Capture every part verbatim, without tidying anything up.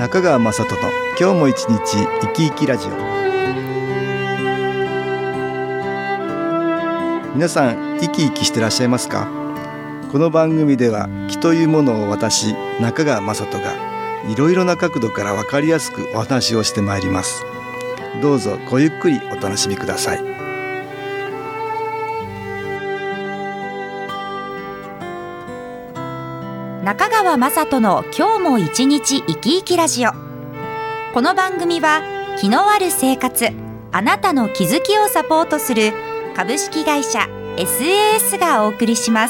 中川雅人の今日も一日生き生きラジオ。皆さん生き生きしてらっしゃいますか？この番組では気というものを私中川雅人がいろいろな角度から分かりやすくお話をしてまいります。どうぞごゆっくりお楽しみください。 中川雅人の今日も一日生き生きラジオ。この番組は気のある生活、あなたの気づきをサポートする株式会社 エスエーエス がお送りします。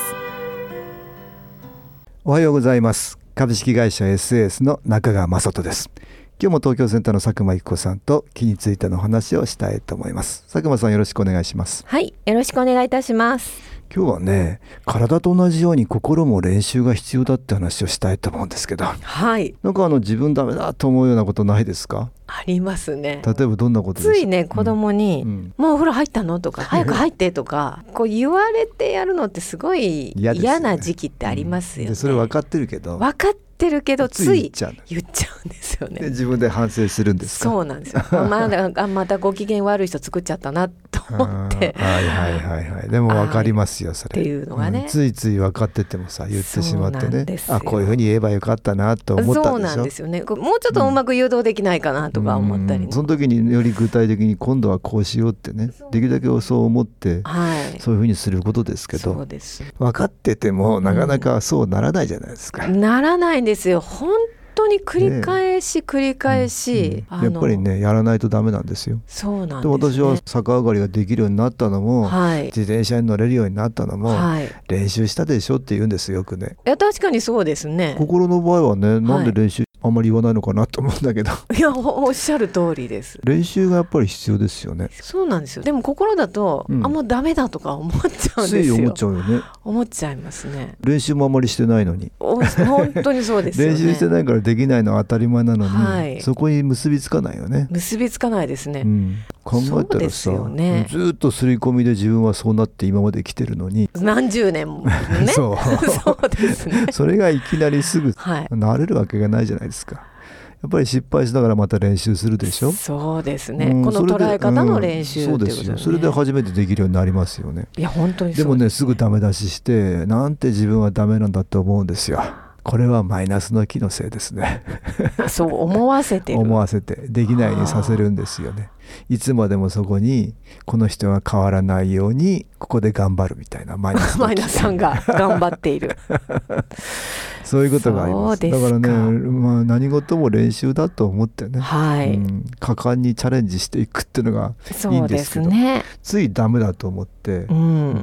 おはようございます。株式会社 エスエーエス の中川雅人です。今日も東京センターの佐久間由紀子さんと気についての話をしたいと思います。佐久間さん、よろしくお願いします。 はい、よろしくお願いいたします。 今日はね、体と同じように心も練習が必要だって話をしたいと思うんですけど、 はい、 なんかあの自分ダメだと思うようなことないですか？ ありますね。 例えばどんなことですか？ ついね、子供に、 うんうん、 もうお風呂入ったのとか早く入ってとかこう言われてやるのってすごい嫌な時期ってありますよね。 うん、でそれ分かってるけど分かってるけどつい言っちゃう言っちゃうんですよね。 で自分で反省するんですか？ そうなんですよ。まだまたご機嫌悪い人作っちゃったなと思ってはいはいはいはい。でも分かりますよそれっていうのがね、 うん、ついつい分かっててもさ言ってしまってね、あこういうふうに言えばよかったなと思ったんでしょ。 そうなんですよね。もうちょっとうまく誘導できないかなとか思ったり、ね、 うん、その時により具体的に今度はこうしようってね、できるだけそう思って、はい、そういうふうにすることですけど、そうです。分かっててもなかなかそうならないじゃないですか、うん、 ならないんですよ。本当に繰り返し繰り返し、 うんうん、やっぱりねやらないとダメなんですよ。 そうなんですね。 で私は逆上がりができるようになったのも、はい、自転車に乗れるようになったのも、はい、練習したでしょって言うんですよくね。 いや確かにそうですね。 心の場合はね、なんで練習あんまり言わないのかなと思うんだけど、 いやおっしゃる通りです。 練習がやっぱり必要ですよね。 そうなんですよ。でも心だと、うん、あもうダメだとか思っちゃうんですよ。 つい思っちゃうよね。 思っちゃいますね。 練習もあまりしてないのに本当にそうですよね。 練習してないからできないのは当たり前なのに、はい、そこに結びつかないよね。 結びつかないですね、 うん、考えたらさ、ね、ずっと刷り込みで自分はそうなって今まで来てるのに何十年もねそうそうですね。 それがいきなりすぐ慣れるわけがないじゃないですか。やっぱり失敗しながらまた練習するでしょ。 そうですね、うん、この捉え方の練習、 うん、そうですよ。それで初めてできるようになりますよね。 いや本当にそうですね。 でもねすぐダメ出ししてなんて自分はダメなんだと思うんですよ。これはマイナスの気のせいですねそう思わせてる思わせてできないようにさせるんですよね。いつまでもそこにこの人が変わらないようにここで頑張るみたいなマイナスの気マイナスさんが頑張っているそういうことがあります。だからね、まあ、何事も練習だと思ってね、はい、うん、果敢にチャレンジしていくっていうのがいいんですけど、ね、ついダメだと思って、うん、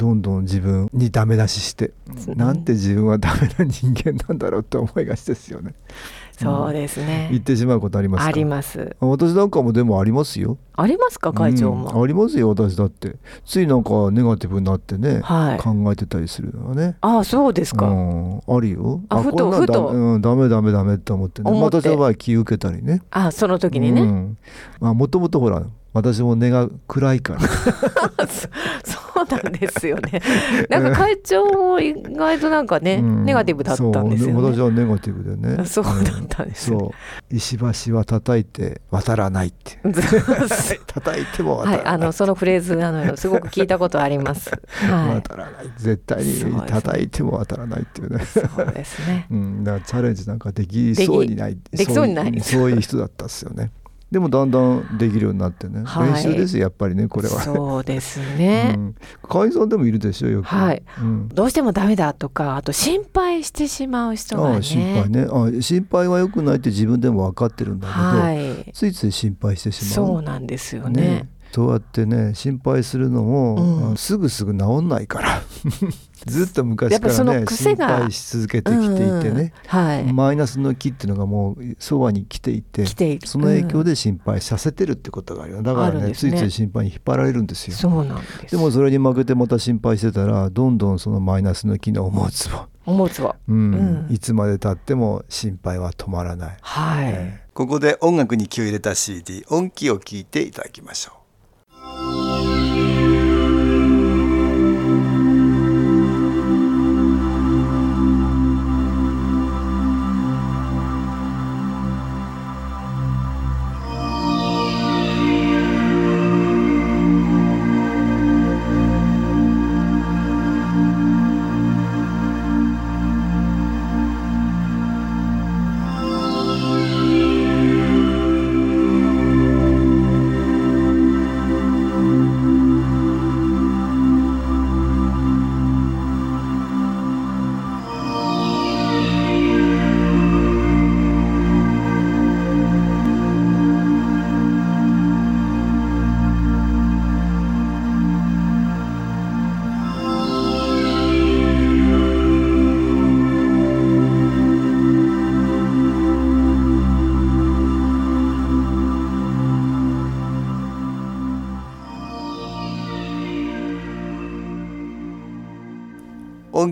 どんどん自分にダメ出しして、うん、なんて自分はダメな人間なんだろうって思いがちですよね。 そうですね、 うん、言ってしまうことありますか？ あります。 私なんかもでもありますよ。 ありますか会長も、 うん、ありますよ。私だってついなんかネガティブになってね、はい、考えてたりするのはね。 ああそうですか、 うん、あるよ。 あふとふと、 うん、ダメダメダメって思ってね、私の場合気受けたりね。 あその時にね、うん、 まあもともとほら私も根が暗いからそうなんですよね。なんか会長も意外となんかね、うん、ネガティブだったんですよね。 そう私はネガティブでね。 そうだったんですよ、ね、 うん、そう石橋は叩いて渡らないって叩いても渡らない、 はい、あのそのフレーズあのすごく聞いたことあります、はい、 渡らない絶対に叩いても渡らないっていうね。 そうですね、 うん、だからチャレンジなんかできそうにないできそうにないそういう人だったんですよね。でもだんだんできるようになってね、はい、練習ですよやっぱりねこれは。 そうですね、 うん、会員さんでもいるでしょよく、 はい、うん、どうしてもダメだとかあと心配してしまう人がね。 ああ心配ね。ああ心配は良くないって自分でも分かってるんだけど、はい、ついつい心配してしまう。 そうなんですよね。ねそうやってね心配するのも、うん、すぐすぐ治んないからずっと昔からね心配し続けてきていてね、うんうんはい、マイナスの気っていうのがもうそばに来ていてその影響で心配させてるってことがあるよ。だから ね, ねついつい心配に引っ張られるんですよ。 そうなんです。 でもそれに負けてまた心配してたらどんどんそのマイナスの気の思うつぼ思うつぼ、 うんうん、いつまで経っても心配は止まらない、 はいえー、ここで音楽に気を入れた シーディー 音気を聞いていただきましょう。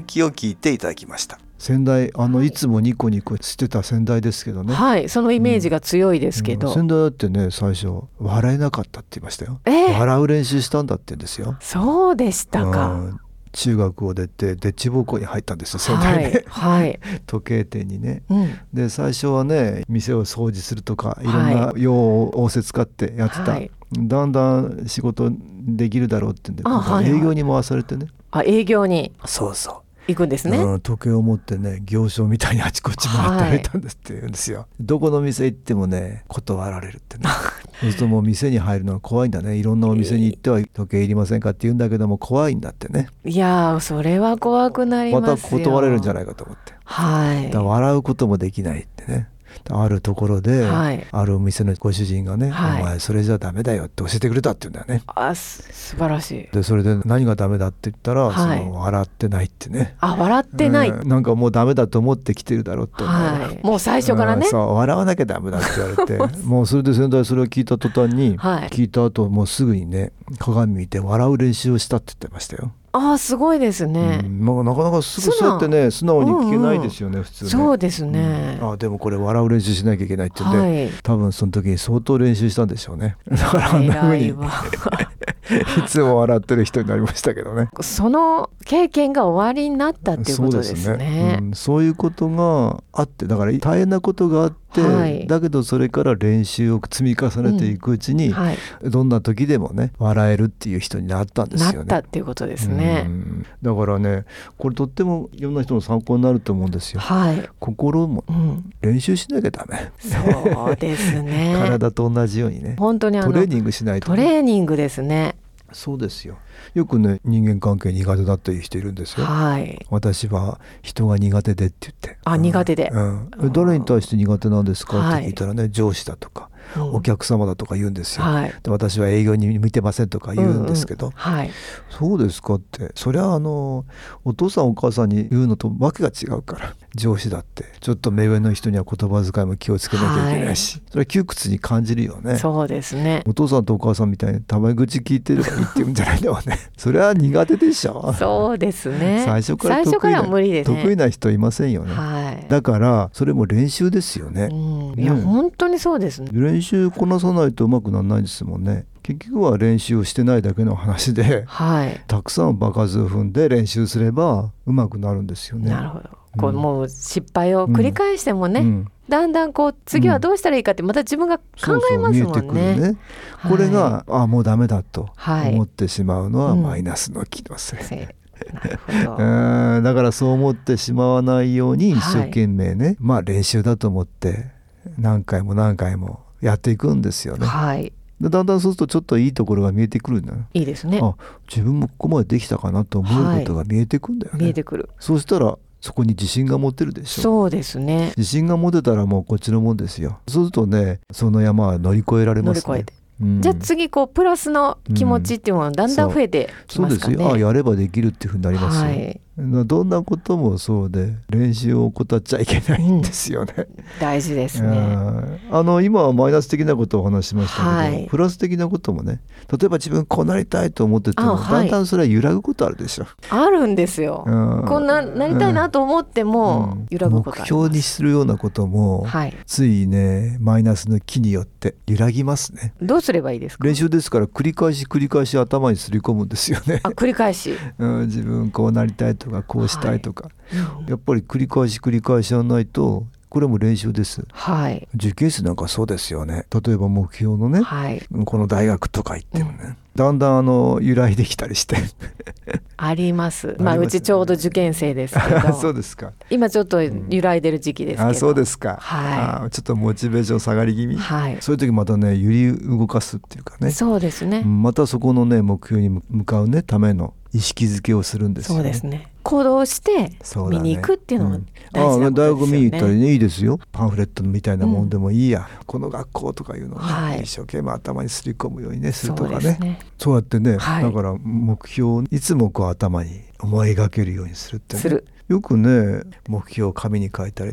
きを聞いていただきました。先代あの、はい、いつもニコニコしてた先代ですけどね。 はい、そのイメージが強いですけど、 うんうん、先代だってね最初笑えなかったって言いましたよ、えー、笑う練習したんだって言うんですよ。 そうでしたか、うん、 中学を出てでっち奉公に入ったんですよ先代ね、はいはい、時計店にね、うん、で最初はね店を掃除するとかいろんな用を仰せ使ってやってた、はい、だんだん仕事できるだろうって言うんで営業に回されてね。 あ、営業にそうそう行くんですね、 うん、時計を持ってね行商みたいにあちこち回ってあげたんですって言うんですよ、はい、どこの店行ってもね断られるってねそうするともう店に入るのは怖いんだね。いろんなお店に行っては時計いりませんかって言うんだけども怖いんだってね。 いやそれは怖くなりますよ。 また断れるんじゃないかと思って、はい、だから笑うこともできないってね。あるところで、はい、あるお店のご主人がね、はい、お前それじゃダメだよって教えてくれたって言うんだよね。 あ、素晴らしい。 でそれで何がダメだって言ったら、はい、その笑ってないってね。 あ、笑ってない、えー、なんかもうダメだと思ってきてるだろうって、 はい、もう最初からね、 そう笑わなきゃダメだって言われてもうそれで先代それを聞いた途端に、はい、聞いた後もうすぐにね鏡見て笑う練習をしたって言ってましたよ。 ああ、すごいですね、 うん、まあ、なかなかすぐそうやってね素直に聞けないですよね、うんうん、普通ね。 そうですね、 うん、あでもこれ笑う練習しなきゃいけないって言うんで、はい、多分その時に相当練習したんでしょうね。だからあんな風にいつも笑ってる人になりましたけどね。 その経験が終わりになったっていうことですね。 そうですね、うん、そういうことがあって、だから大変なことがあって、はい、だけどそれから練習を積み重ねていくうちに、うんはい、どんな時でもね笑えるっていう人になったんですよね。 なったっていうことですね、 うん、だからねこれとってもいろんな人の参考になると思うんですよ、はい、心も練習しなきゃダメ、 うん、そうですね体と同じようにね本当にあのトレーニングしないと、 ね、トレーニングですね。 そうですよ。よくね人間関係苦手だっていう人いるんですよ、はい、私は人が苦手でって言って、 あ、うん、苦手で、 うん、誰に対して苦手なんですかって聞いたらね、はい、上司だとか、うん、お客様だとか言うんですよ、はい、で私は営業に向いてませんとか言うんですけど、うんうんはい、そうですかって、そりゃあのお父さんお母さんに言うのとわけが違うから、上司だってちょっと目上の人には言葉遣いも気をつけなきゃいけないし、はい、それは窮屈に感じるよね。 そうですね。 お父さんとお母さんみたいにタメ口聞いてればいいって言うんじゃないのねそれは苦手でしょ。 そうですね。 最初から得意な、最初から無理ですね。得意な人いませんよね、はい、だからそれも練習ですよね、 うん、いや、ね、本当にそうですね。 練習こなさないとうまくならないですもんね。結局は練習をしてないだけの話で、はい、たくさん場数を踏んで練習すればうまくなるんですよね。なるほど、 うん、こうもう失敗を繰り返してもね、うんうん、だんだんこう次はどうしたらいいかってまた自分が考えますもんね、うん、そうそう見えてくるね、はい、これがあもうダメだと思ってしまうのはマイナスの気のせい、はいうんなるほどだからそう思ってしまわないように一生懸命ね、はい、まあ練習だと思って何回も何回もやっていくんですよね、はい、でだんだんそうするとちょっといいところが見えてくるんだよ。 いいですね。 あ自分もここまでできたかなと思うことが見えてくるんだよね、はい、見えてくる。そうしたらそこに自信が持てるでしょ。 そうですね。 自信が持てたらもうこっちのもんですよ。そうするとねその山は乗り越えられますね。乗り越えてうん、じゃあ次こうプラスの気持ちっていうのはだんだん増えてきますかね、 うん、そう、そうですよ。あやればできるっていうふうになりますよ、はい、どんなこともそうで練習を怠っちゃいけないんですよね、うん、 大事ですね。 あの今はマイナス的なことをお話ししましたけど、はい、プラス的なこともね例えば自分こうなりたいと思ってても、はい、だんだんそれは揺らぐことあるでしょ。 あるんですよ。こんななりたいなと思っても揺らぐことあります。 目標にするようなことも、はい、ついねマイナスの気によって揺らぎますね。 どうすればいいですか。 練習ですから繰り返し繰り返し頭にすり込むんですよね。 あ繰り返し、 うん、自分こうなりたいとかこうしたいとか、はい、やっぱり繰り返し繰り返しやらないとこれも練習です、はい、受験生なんかそうですよね。例えば目標のね、はい、この大学とか行ってもね、うん、だんだんあの揺らいできたりしてあります。まあうちちょうど受験生ですけどそうですか。 今ちょっと揺らいでる時期ですけど、うん、 あそうですか、はい、あちょっとモチベーション下がり気味、はい、そういう時またね揺り動かすっていうかね。 そうですね。 またそこのね目標に向かうねための意識づけをするんですよね。 そうですね。行動して見に行くっていうのも大事なことですよね。 あ大学見に行ったりねいいですよ。パンフレットみたいなもんでもいいや、うん、この学校とかいうのを、ねはい、一生懸命頭にすり込むようにねするとか ね, そう, ねそうやってね、はい、だから目標をいつもこう頭に思い描けるようにするってね。するよくね目標を紙に書いたりね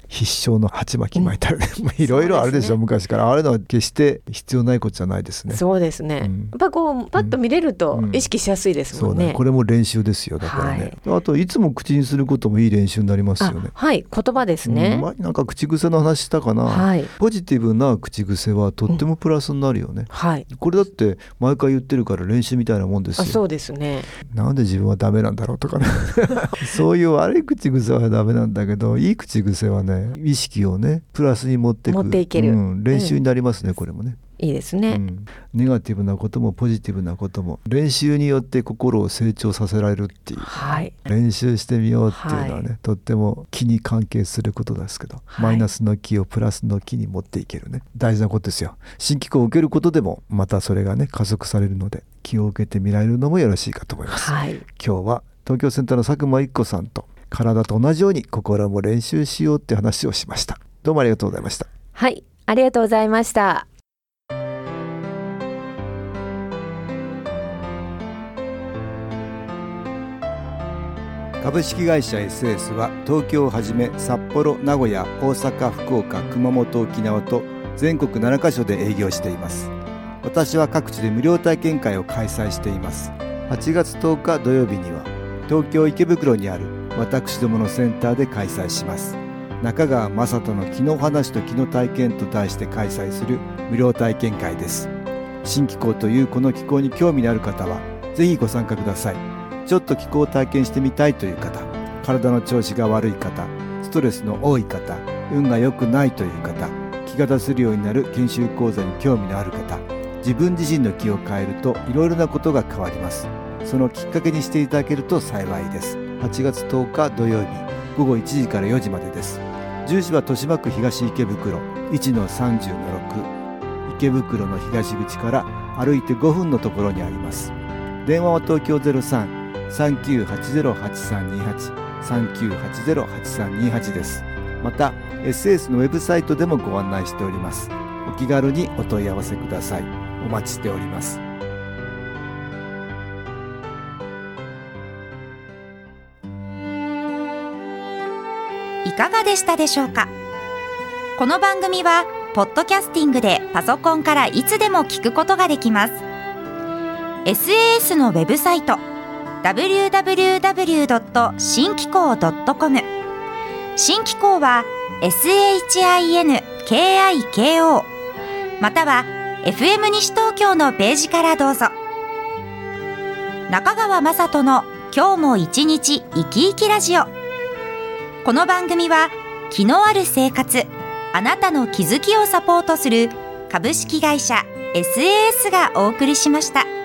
必勝の鉢巻き巻いたりね、いろいろあるでしょ、ね、昔からあれのは決して必要ないことじゃないですね。 そうですね、うん、やっぱこうパッと見れると意識しやすいですもんね、うんうん、そうね、 これも練習ですよ。だからね、はい、あといつも口にすることもいい練習になりますよね。 はい、言葉ですね、 うん、前なんか口癖の話したかな、はい、ポジティブな口癖はとってもプラスになるよね、うん、はい、これだって毎回言ってるから練習みたいなもんですよ。 あ、そうですね。 なんで自分はダメなんだろうとかねそういう悪い口癖はダメなんだけど、いい口癖はね、意識をねプラスに持っていく、 持っていける、 うん、練習になりますね、うん、これもね。 いいですね、うん、 ネガティブなこともポジティブなことも練習によって心を成長させられるっていう、はい、練習してみようっていうのはね、はい、とっても気に関係することですけど、はい、マイナスの気をプラスの気に持っていけるね、大事なことですよ。新機構を受けることでもまたそれがね加速されるので、気を受けてみられるのもよろしいかと思います、はい、今日は東京センターの佐久間一子さんと体と同じように心も練習しようって話をしました。どうもありがとうございました。 はい、ありがとうございました。 株式会社 エスエス は東京をはじめ札幌、名古屋、大阪、福岡、熊本、沖縄と全国ななカ所で営業しています。私は各地で無料体験会を開催しています。はちがつとおか土曜日には東京池袋にある私どものセンターで開催します。中川雅人の気の話と気の体験と題して開催する無料体験会です。新気候というこの気候に興味のある方はぜひご参加ください。ちょっと気候を体験してみたいという方、体の調子が悪い方、ストレスの多い方、運が良くないという方、気が出せるようになる研修講座に興味のある方、自分自身の気を変えるといろいろなことが変わります。そのきっかけにしていただけると幸いです。はちがつとおか土曜日ごごいちじからよじまでです。住所は豊島区東池袋 いちのさんじゅうのろく、池袋の東口から歩いてごふんのところにあります。電話は東京 ゼロさん さんきゅうはちゼロ はちさんにはち さんきゅうはちゼロ はちさんにはちです。また エスエス のウェブサイトでもご案内しております。お気軽にお問い合わせください。お待ちしております。 いかがでしたでしょうか。この番組はポッドキャスティングでパソコンからいつでも聞くことができます。 エスエーエス のウェブサイト ダブリューダブリューダブリュードットシンキコードットコム、 新気候は エスエイチアイエヌケーアイケーオー または エフエム 西東京のページからどうぞ。中川雅人の今日も一日生き生きラジオ。この番組は気のある生活、あなたの気づきをサポートする株式会社 エスエーエス がお送りしました。